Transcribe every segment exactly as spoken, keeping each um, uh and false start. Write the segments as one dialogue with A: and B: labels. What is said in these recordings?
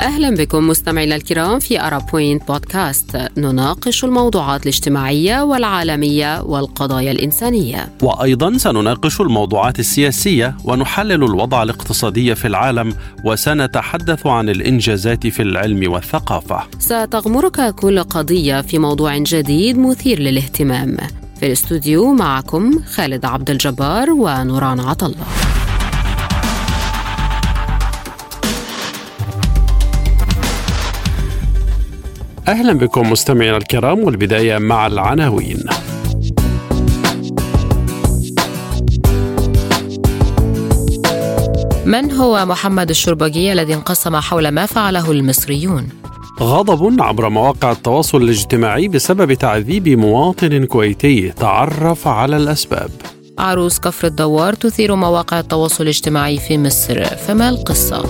A: أهلا بكم مستمعينا الكرام في أرب بوينت بودكاست، نناقش الموضوعات الاجتماعية والعالمية والقضايا الإنسانية،
B: وأيضا سنناقش الموضوعات السياسية ونحلل الوضع الاقتصادي في العالم، وسنتحدث عن الإنجازات في العلم والثقافة.
A: ستغمرك كل قضية في موضوع جديد مثير للاهتمام. في الاستوديو معكم خالد عبد الجبار ونوران عطلة.
B: أهلا بكم مستمعينا الكرام، والبداية مع العناوين.
A: من هو محمد الشربجي الذي انقسم حول ما فعله المصريون؟
B: غضب عبر مواقع التواصل الاجتماعي بسبب تعذيب مواطن كويتي، تعرف على الأسباب.
A: عروس كفر الدوار تثير مواقع التواصل الاجتماعي في مصر، فما القصة؟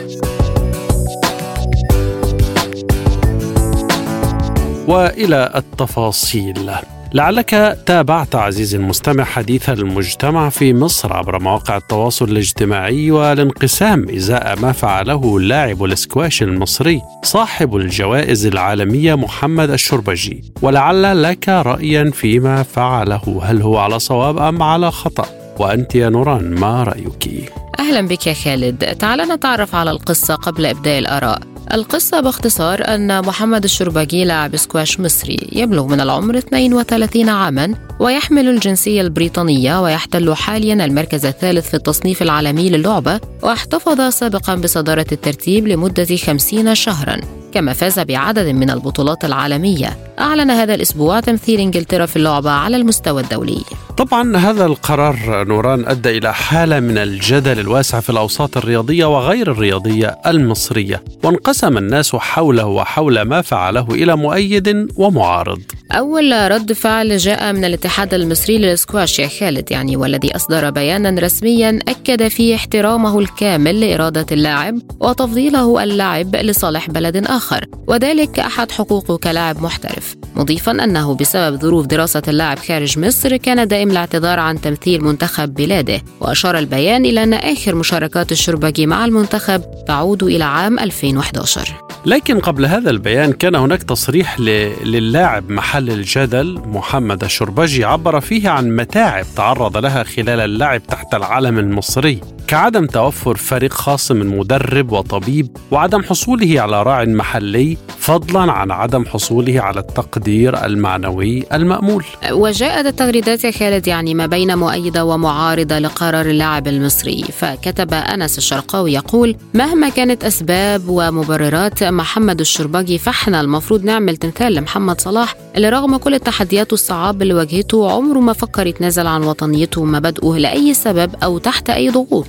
B: وإلى التفاصيل. لعلك تابعت عزيزي المستمع حديث المجتمع في مصر عبر مواقع التواصل الاجتماعي والانقسام إزاء ما فعله لاعب الاسكواش المصري صاحب الجوائز العالمية محمد الشربجي، ولعل لك رأيا فيما فعله، هل هو على صواب أم على خطأ؟ وأنت يا نوران ما رأيك؟
A: أهلا بك يا خالد. تعال نتعرف على القصة قبل إبداء الآراء. القصة باختصار أن محمد الشربجي لاعب سكواش مصري يبلغ من العمر اثنين وثلاثين عاما، ويحمل الجنسية البريطانية، ويحتل حاليا المركز الثالث في التصنيف العالمي للعبة، واحتفظ سابقا بصدارة الترتيب لمدة خمسين شهرا، كما فاز بعدد من البطولات العالمية. أعلن هذا الأسبوع تمثيل إنجلترا في اللعبة على المستوى الدولي.
B: طبعا هذا القرار نوران أدى إلى حالة من الجدل الواسع في الأوساط الرياضية وغير الرياضية المصرية، وانقسم الناس حوله وحول ما فعله إلى مؤيد ومعارض.
A: أول رد فعل جاء من الاتحاد المصري للسكواش يا خالد، يعني والذي أصدر بيانا رسميا أكد فيه احترامه الكامل لإرادة اللاعب وتفضيله اللاعب لصالح بلد آخر، وذلك أحد حقوقه كلاعب محترف، مضيفا أنه بسبب ظروف دراسة اللاعب خارج مصر كان دائم الاعتذار عن تمثيل منتخب بلاده. وأشار البيان إلى أن آخر مشاركات الشربجي مع المنتخب تعود إلى عام ألفين وإحدى عشر.
B: لكن قبل هذا البيان كان هناك تصريح ل... للاعب محل الجدل محمد الشربجي، عبر فيه عن متاعب تعرض لها خلال اللعب تحت العلم المصري، كعدم توفر فريق خاص من مدرب وطبيب، وعدم حصوله على راع محلي، فضلا عن عدم حصوله على التقدير المعنوي المأمول.
A: وجاءت التغريدات يا خالد يعني ما بين مؤيدة ومعارضة لقرار اللاعب المصري. فكتب أنس الشرقاوي يقول: مهما كانت أسباب ومبررات محمد الشربجي، فاحنا المفروض نعمل تمثال لمحمد صلاح اللي رغم كل التحديات والصعاب اللي واجهته عمره ما فكر يتنازل عن وطنيته ومبادئه لأي سبب أو تحت أي ضغوط.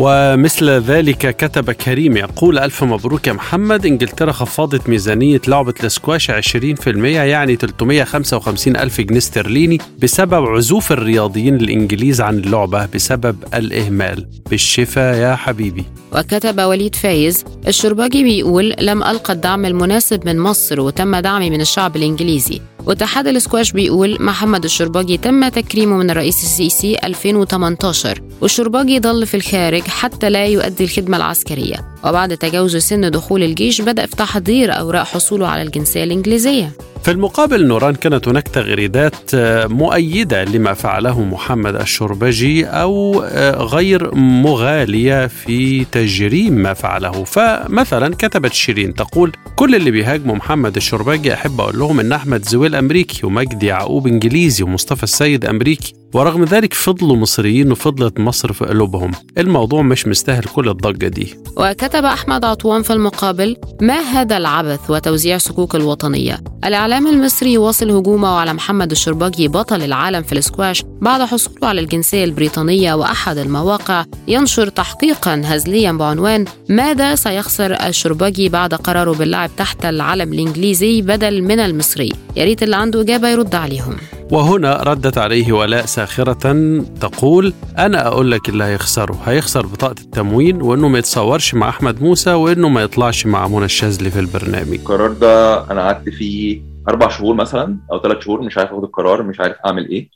B: ومثل ذلك كتب كريم يقول: ألف مبروك يا محمد، إنجلترا خفضت ميزانية لعبة الاسكواش عشرين بالمئة، يعني ثلاثمئة وخمسة وخمسين ألف جنيه استرليني، بسبب عزوف الرياضيين الإنجليز عن اللعبة بسبب الإهمال. بالشفاء يا حبيبي.
A: وكتب وليد فايز: الشربجي بيقول: لم ألقى الدعم المناسب من مصر وتم دعمي من الشعب الإنجليزي. واتحاد الاسكواش بيقول: محمد الشربجي تم تكريمه من الرئيس السيسي ألفين وثمانية عشر، والشربجي ظل في الخارج حتى لا يؤدي الخدمة العسكرية، وبعد تجاوز سن دخول الجيش بدأ في تحضير أوراق حصوله على الجنسية الإنجليزية.
B: في المقابل نوران كانت هناك تغريدات مؤيدة لما فعله محمد الشربجي أو غير مغالية في تجريم ما فعله. فمثلا كتبت شيرين تقول: كل اللي بيهاجموا محمد الشربجي أحب أقول لهم إن أحمد زويل أمريكي ومجدي يعقوب إنجليزي ومصطفى السيد أمريكي، ورغم ذلك فضلوا مصريين وفضلت مصر في قلوبهم. الموضوع مش مستاهل كل الضجة دي.
A: وكتب أحمد عطوان في المقابل: ما هذا العبث وتوزيع صكوك الوطنية؟ الإعلام المصري يواصل هجومه على محمد الشربجي بطل العالم في الاسكواش بعد حصوله على الجنسية البريطانية، وأحد المواقع ينشر تحقيقا هزليا بعنوان: ماذا سيخسر الشربجي بعد قراره باللعب تحت العلم الإنجليزي بدل من المصري؟ يا ريت اللي عنده إجابة يرد عليهم.
B: وهنا ردت عليه ولاء ساخرة تقول: أنا أقول لك اللي هيخسره، هيخسر بطاقة التموين، وإنه ما يتصورش مع أحمد موسى، وإنه ما يطلعش مع منى الشاذلي في البرنامج.
C: القرار ده أنا قعدت فيه أربع شهور مثلا أو ثلاث شهور مش عارف أخد القرار، مش عارف أعمل إيه.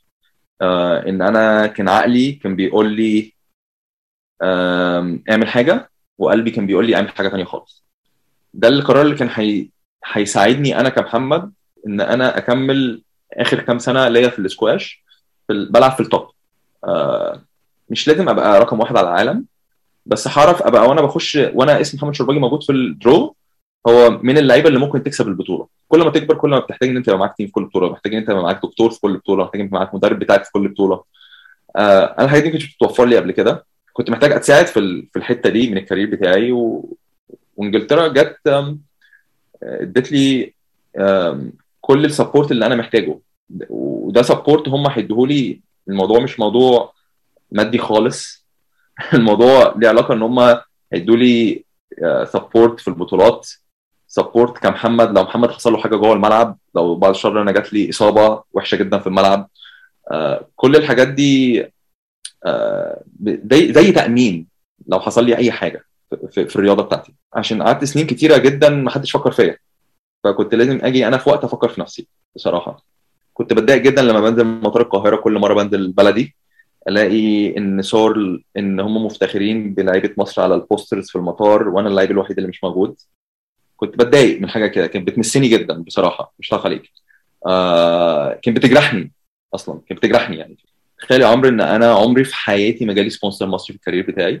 C: آه إن أنا كان عقلي كان بيقول لي آه اعمل حاجة، وقلبي كان بيقول لي اعمل حاجة تانية خالص. ده القرار اللي كان هي... هيساعدني انا كمحمد ان انا اكمل اخر كام سنه ليا في الاسكواش، في ال... بلعب في التوب. آه مش لازم ابقى رقم واحد على العالم، بس هعرف ابقى وانا بخش وانا اسم محمد شرباجي موجود في الدرو، هو من اللعيبه اللي ممكن تكسب البطوله. كل ما تكبر كل ما بتحتاج ان انت يبقى معاك تيم في كل بطوله، محتاج ان انت يبقى معاك دكتور في كل بطوله، محتاج ان يبقى معاك مدرب بتاعك في كل بطوله. آه انا الحاجات دي كانت بتتوفر لي قبل كده، كنت محتاج اتساعد في ال... في الحته دي من الكارير بتاعي، و... وانجلترا جت ادت لي كل السبورت اللي انا محتاجه، وده سبورت هم هيديهولي. الموضوع مش موضوع مادي خالص، الموضوع ليه علاقه ان هم هيدولي سبورت في البطولات، سبورت كمحمد لو محمد حصل له حاجه جوه الملعب، لو بعد الشر انا جات لي اصابه وحشه جدا في الملعب. كل الحاجات دي زي تامين لو حصل لي اي حاجه في, في الرياضه بتاعتي، عشان قعدت سنين كتيره جدا ما حدش فكر فيا، فكنت لازم اجي انا في وقت افكر في نفسي. بصراحه كنت بتضايق جدا لما بنزل مطار القاهره، كل مره بنزل بلدي الاقي ان صور ان هم مفتخرين بلعيبه مصر على البوسترز في المطار وانا اللعيب الوحيد اللي مش موجود. كنت بتضايق من حاجه كده، كانت بتمسني جدا بصراحه، مش هضحك عليك. آه كانت بتجرحني اصلا، كانت بتجرحني يعني. تخيل يا عمرو ان انا عمري في حياتي ما جالي سبونسر مصري في الكارير بتاعي.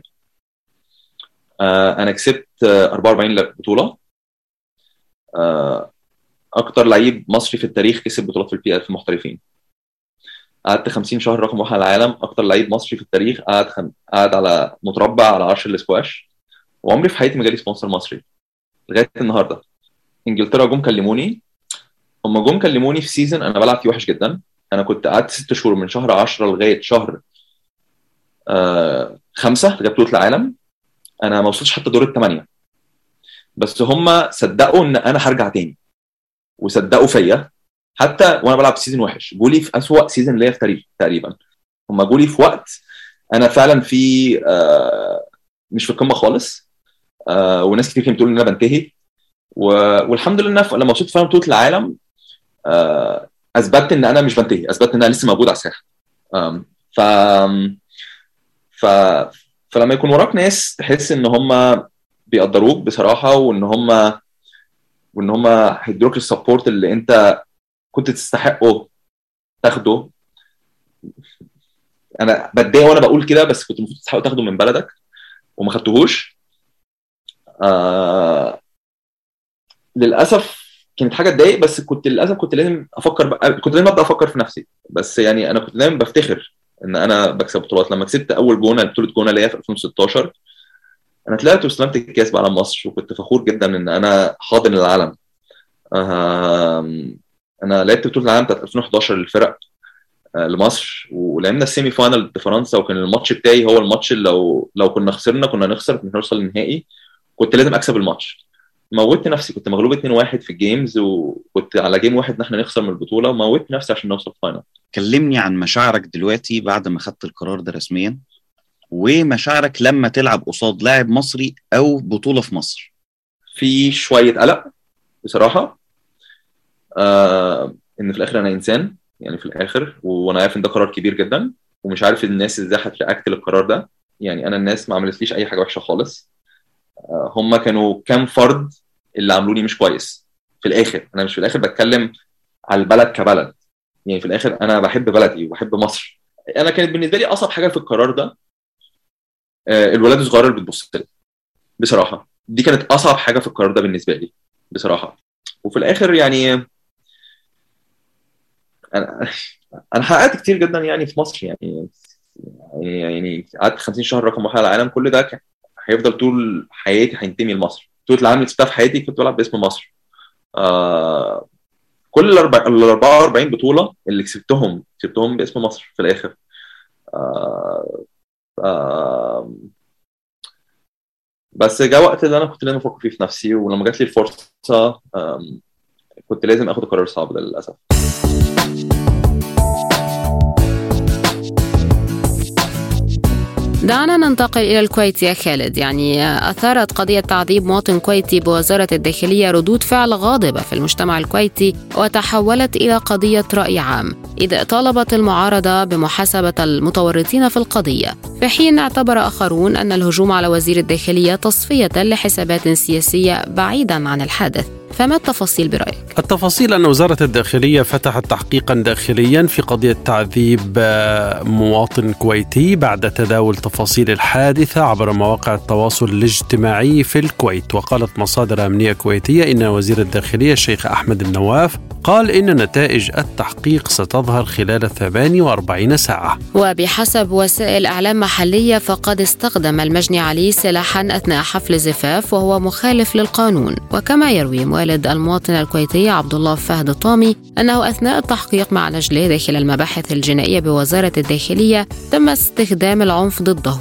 C: آه انا كسبت أربعة وأربعين بطوله، آه اكتر لعيب مصري في التاريخ كسب بطولات في البي في المحترفين. قعدت خمسين شهر رقم واحد على العالم، اكتر لعيب مصري في التاريخ قعد خم... قعد على متربع على عرش الاسكواش، وعمري في حياتي ما جالي سبونسر مصري لغايه النهارده. انجلترا جم كلموني، هم جم كلموني في سيزون انا بلعب فيه وحش جدا. انا كنت قعدت ست شهور من شهر عشرة لغايه شهر آه خمسة لغايه بطوله العالم، انا ما وصلتش حتى دور الثمانيه، بس هم صدقوا ان انا هرجع تاني وصدقوا فيا حتى وانا بلعب سيزون وحش. جولي في اسوأ سيزون ليا في تاريخ تقريبا، هم جولي في وقت انا فعلا في آه مش في القمه خالص، آه وناس كتير كانت بتقول ان انا بنتهي، والحمد لله لما وصلت فعلا بطوله العالم آه اثبتت ان انا مش بنتهي، اثبتت ان انا لسه موجود على الساحه. ف ف فلما يكون وراك ناس تحس ان هم بيقدروك بصراحه، وان هم وان هم هيدوك السبورت اللي انت كنت تستحقه تاخده. انا بتضايق وانا بقول كده، بس كنت المفروض تستحق تاخده من بلدك وما خدتهوش. آه للاسف كانت حاجه تضايق، بس كنت للاسف كنت لازم افكر بقى. كنت لازم ابدا افكر في نفسي، بس يعني انا كنت دايما بفتخر ان انا بكسب بطولات. لما كسبت اول جونه بطوله جونه ليا في ألفين وستاشر، انا طلعت واستلمت الكاس بعلم مصر، وكنت فخور جدا ان انا حاضن العالم. آه انا لعبت بطوله العالم بتاعت ألفين وحداشر للفرق آه لمصر، ولعبنا السيمي فاينل ضد فرنسا، وكان الماتش بتاعي هو الماتش اللي لو لو كنا خسرنا كنا نخسر، كنا نوصل للنهائي. كنت لازم اكسب الماتش. موتت نفسي، كنت مغلوب اتنين واحد في الجيمز، وكنت على جيم واحد ان احنا نخسر من البطوله، وموتت نفسي عشان نوصل فاينل.
D: كلمني عن مشاعرك دلوقتي بعد ما خدت القرار ده رسميا، ومشاعرك لما تلعب قصاد لاعب مصري او بطوله في مصر.
C: في شويه قلق بصراحه، آه ان في الاخر انا انسان يعني في الاخر، وانا عارف ان ده قرار كبير جدا، ومش عارف الناس ازاي هترياكت للقرار ده. يعني انا الناس ما عملتليش اي حاجه وحشه خالص، آه هم كانوا كام فرد اللي عملوني مش كويس في الاخر. انا مش في الاخر بتكلم على البلد كبلد، يعني في الاخر انا بحب بلدي وبحب مصر. انا كانت بالنسبه لي اصعب حاجه في القرار ده آه الولاد الصغيره اللي بتبص لي بصراحه، دي كانت اصعب حاجه في القرار ده بالنسبه لي بصراحه. وفي الاخر يعني انا انا حققت كتير جدا يعني في مصر، يعني يعني قعدت خمسين شهر رقم واحد على العالم. كل ده كان هيفضل طول حياتي هينتمي لمصر. طول العالم اللي كسبتها في حياتي كنت بلعب باسم مصر. آه كل ال أربعة وأربعين بطوله اللي كسبتهم كسبتهم باسم مصر في الاخر. آه آه بس جاء وقت اللي انا كنت لازم افكر فيه في نفسي، ولما جات لي الفرصه كنت لازم اخد قرار صعب ده للاسف.
A: دعنا ننتقل إلى الكويت يا خالد. يعني أثارت قضية تعذيب مواطن كويتي بوزارة الداخلية ردود فعل غاضبة في المجتمع الكويتي، وتحولت إلى قضية رأي عام، إذ طالبت المعارضة بمحاسبة المتورطين في القضية، في حين اعتبر آخرون أن الهجوم على وزير الداخلية تصفية لحسابات سياسية بعيدا عن الحادث. فما التفاصيل برأيك؟
B: التفاصيل أن وزارة الداخلية فتحت تحقيقا داخليا في قضية تعذيب مواطن كويتي بعد تداول تفاصيل الحادثة عبر مواقع التواصل الاجتماعي في الكويت. وقالت مصادر أمنية كويتية إن وزير الداخلية الشيخ أحمد النواف قال إن نتائج التحقيق ستظهر خلال ثمانية وأربعين ساعة.
A: وبحسب وسائل إعلام محلية فقد استخدم المجني عليه سلاحا أثناء حفل زفاف وهو مخالف للقانون. وكما يروي والد المواطن الكويتي عبد الله فهد الطامي أنه أثناء التحقيق مع نجله داخل المباحث الجنائية بوزارة الداخلية تم استخدام العنف ضده،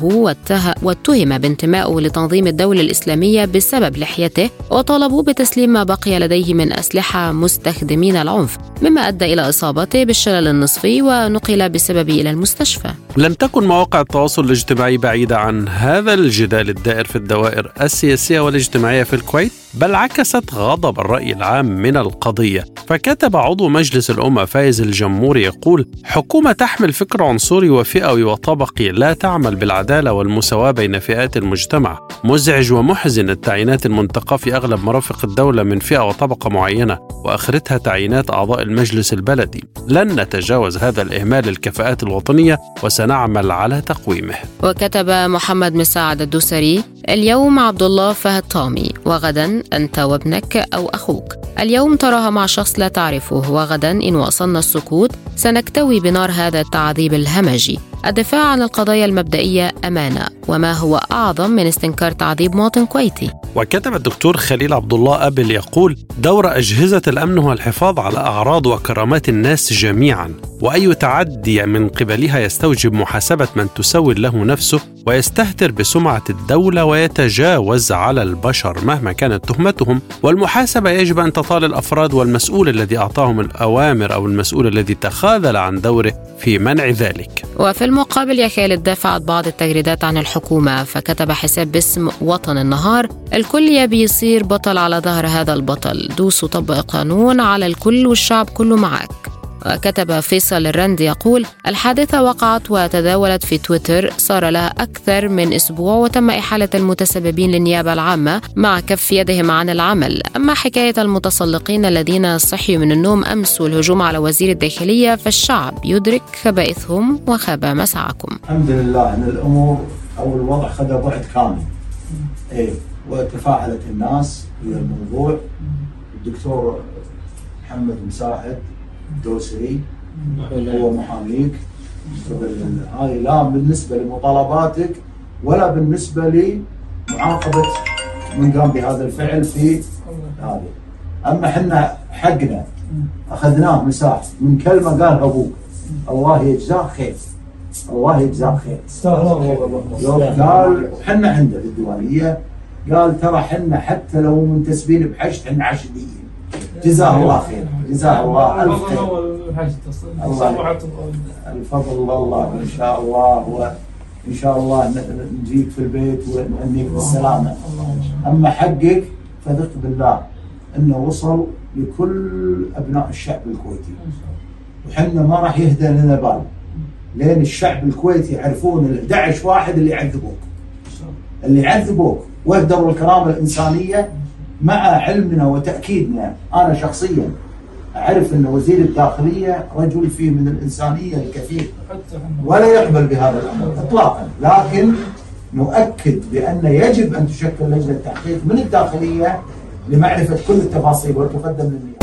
A: واتهم بانتمائه لتنظيم الدولة الإسلامية بسبب لحيته، وطالبوا بتسليم ما بقي لديه من أسلحة مستخدمين العنف، مما أدى إلى إصابته بالشلل النصفي ونقل بسببه إلى المستشفى.
B: لم تكن مواقع التواصل الاجتماعي بعيدة عن هذا الجدال الدائر في الدوائر السياسية والاجتماعية في الكويت، بل عكست غضب الرأي العام من القضية. فكتب عضو مجلس الأمة فايز الجمهوري يقول: حكومة تحمل فكر عنصري وفئوي وطبقي لا تعمل بالعدالة والمساواة بين فئات المجتمع. مزعج ومحزن التعيينات المنتقى في أغلب مرافق الدولة من فئة وطبقة معينة، وآخرتها تعيينات أعضاء المجلس البلدي. لن نتجاوز هذا الإهمال للكفاءات الوطنية وسنعمل على تقويمه.
A: وكتب محمد مساعد الدوسري: اليوم عبد الله فهد طامي، وغدا أنت وابنك أو أخوك. اليوم تراها مع شخص لا تعرفه، وغدا إن وصلنا السكوت سنكتوي بنار هذا التعذيب الهمجي. الدفاع عن القضايا المبدئية أمانة، وما هو أعظم من استنكار تعذيب مواطن كويتي.
B: وكتب الدكتور خليل عبد الله أبل يقول: دور أجهزة الأمن هو الحفاظ على أعراض وكرامات الناس جميعا، وأي تعدي من قبلها يستوجب محاسبة من تسول له نفسه ويستهتر بسمعة الدولة ويتجاوز على البشر مهما كانت تهمتهم، والمحاسبة يجب أن تطال الأفراد والمسؤول الذي أعطاهم الأوامر أو المسؤول الذي تخاذل عن دوره في منع ذلك.
A: وفي المقابل يا خالد دافعت بعض التغريدات عن الحكومة، فكتب حساب باسم وطن النهار: الكل يبي يصير بطل على ظهر هذا البطل، دوس وطبق قانون على الكل والشعب كله معك. وكتب فيصل الرندي يقول: الحادثة وقعت وتداولت في تويتر، صار لها أكثر من أسبوع وتم إحالة المتسببين للنيابة العامة مع كف يدهم عن العمل. أما حكاية المتسلقين الذين صحيوا من النوم أمس والهجوم على وزير الداخلية فالشعب يدرك خبائثهم وخاب مسعكم.
E: الحمد لله أن الأمور أو الوضع خذ بعد كامل، إيه وتفاعلت الناس للموضوع. الدكتور محمد مساعد الدوسري هو محاميك، هاي لا بالنسبة لمطالباتك ولا بالنسبة لمعاقبة من قام بهذا الفعل في هذا. أما حنا حقنا أخذناه مساحة من كلمة قالها أبوك، الله يجزاه خير، الله يجزاه خير. قال حنا عنده في الديوانية، قال ترى حنا حتى لو منتسبين بحشد حنا عشديين. جزاه الله خير، جزاه الله ألف خير. الله الفضل الله إن شاء الله، وإن شاء الله نجيك في البيت ونأنيك بالسلامة. أما حقك فثق بالله إنه وصل لكل أبناء الشعب الكويتي، وحنا ما راح يهدى لنا بال لين الشعب الكويتي يعرفون ال إحدى عشر واحد اللي يعذبوك، اللي يعذبوك واهدروا الكرامة الإنسانية. مع علمنا وتأكيدنا أنا شخصيا أعرف أن وزير الداخلية رجل فيه من الإنسانية الكثير ولا يقبل بهذا الأمر إطلاقا، لكن نؤكد بأن يجب أن تشكل لجنة تحقيق من الداخلية لمعرفة كل التفاصيل وتقدم للنيابة.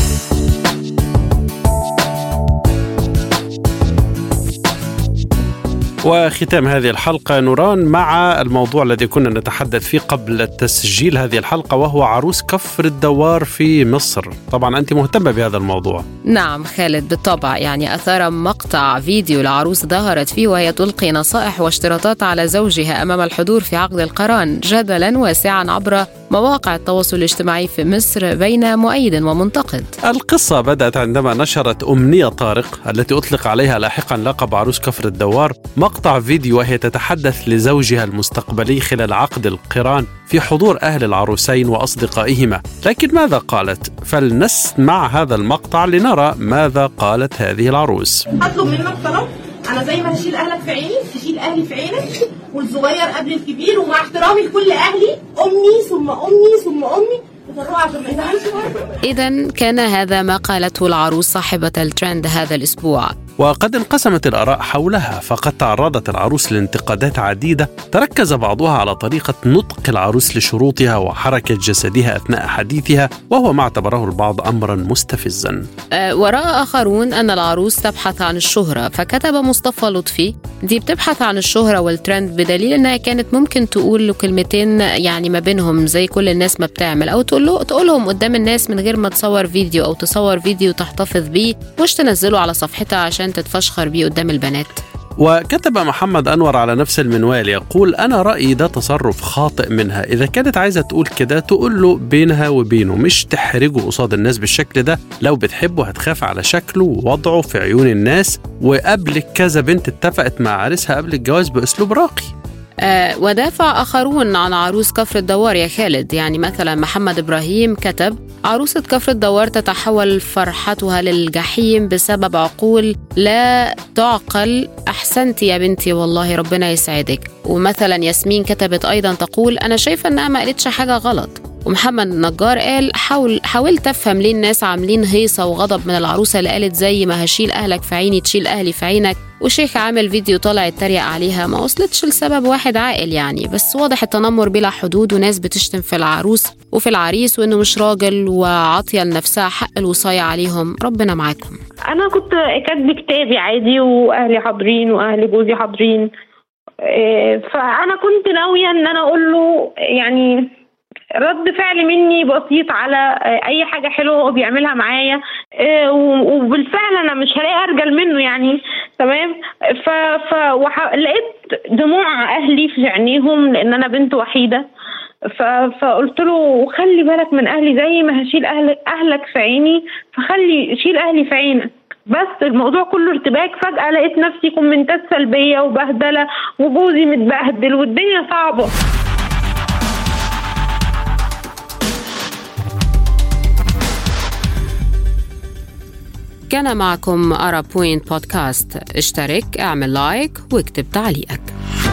B: وختام هذه الحلقة نوران مع الموضوع الذي كنا نتحدث فيه قبل تسجيل هذه الحلقة، وهو عروس كفر الدوار في مصر. طبعا أنت مهتمة بهذا الموضوع.
A: نعم خالد بالطبع، يعني أثار مقطع فيديو العروس ظهرت فيه وهي تلقي نصائح واشتراطات على زوجها أمام الحضور في عقد القران جدلا واسعا عبر مواقع التواصل الاجتماعي في مصر بين مؤيد ومنتقد.
B: القصة بدأت عندما نشرت أمنية طارق التي أطلق عليها لاحقا لقب عروس كفر الدوار مقطع فيديو وهي تتحدث لزوجها المستقبلي خلال عقد القران في حضور أهل العروسين وأصدقائهما. لكن ماذا قالت؟ فلنسمع هذا المقطع لنرى ماذا قالت هذه العروس.
F: أطلب منك طلب، أنا زي ما هشيل أهلك في عيني تشيل أهلي في عينك، والصغير قبل الكبير، ومع احترامي لكل أهلي، أمي ثم أمي ثم أمي.
A: إذن كان هذا ما قالته العروس صاحبة الترند هذا الأسبوع.
B: وقد انقسمت الآراء حولها، فقد تعرضت العروس لانتقادات عديدة تركز بعضها على طريقة نطق العروس لشروطها وحركة جسدها أثناء حديثها، وهو ما اعتبره البعض أمرا مستفزا.
A: أه ورأى آخرون أن العروس تبحث عن الشهرة، فكتب مصطفى لطفي: دي بتبحث عن الشهرة والترند، بدليل أنها كانت ممكن تقول له كلمتين يعني ما بينهم زي كل الناس ما بتعمل، أو تقول له تقولهم قدام الناس من غير ما تصور فيديو أو تصور فيديو تحتفظ بيه مش تنزله على صفحتها عشان تتفشخر بيه قدام البنات.
B: وكتب محمد أنور على نفس المنوال يقول: أنا رأيي ده تصرف خاطئ منها، إذا كانت عايزة تقول كده تقول له بينها وبينه، مش تحرجه قصاد الناس بالشكل ده. لو بتحبه هتخاف على شكله ووضعه في عيون الناس. وقبل كذا بنت اتفقت مع عريسها قبل الجواز بأسلوب راقي.
A: أه ودافع آخرون عن عروس كفر الدوار يا خالد. يعني مثلا محمد إبراهيم كتب: عروسة كفر الدوار تتحول فرحتها للجحيم بسبب عقول لا تعقل. أحسنتي يا بنتي والله ربنا يسعدك. ومثلا ياسمين كتبت أيضا تقول: أنا شايفة أنها ما قالتش حاجة غلط. ومحمد النجار قال: حاول حاولت أفهم ليه الناس عاملين هيصة وغضب من العروسة اللي قالت زي ما هشيل أهلك في عيني تشيل أهلي في عينك. وشيخ عامل فيديو طالع يتريق عليها، ما وصلتش لسبب واحد عاقل يعني، بس واضح التنمر بلا حدود، وناس بتشتم في العروس وفي العريس وإنه مش راجل وعاطية لنفسها حق الوصاية عليهم. ربنا معاكم.
G: أنا كنت كاتبة كتابي عادي وأهلي حاضرين وأهل جوزي حاضرين، فأنا كنت ناوية إن أنا أقول له يعني رد فعل مني بسيط على اي حاجه حلوه هو بيعملها معايا، وبالفعل انا مش هلاقي ارجل منه يعني. تمام. ف لقيت دموع اهلي في عينيهم لان انا بنت وحيده، ف... فقلت له خلي بالك من اهلي زي ما هشيل أهل... اهلك في عيني، فخلي شيل اهلي في عينك. بس الموضوع كله ارتباك. فجأة لقيت نفسي كومنتات سلبية وبهدلة وجوزي متبهدل والدنيا صعبة.
A: كان معكم آرا بوينت بودكاست. اشترك، اعمل لايك واكتب تعليقك.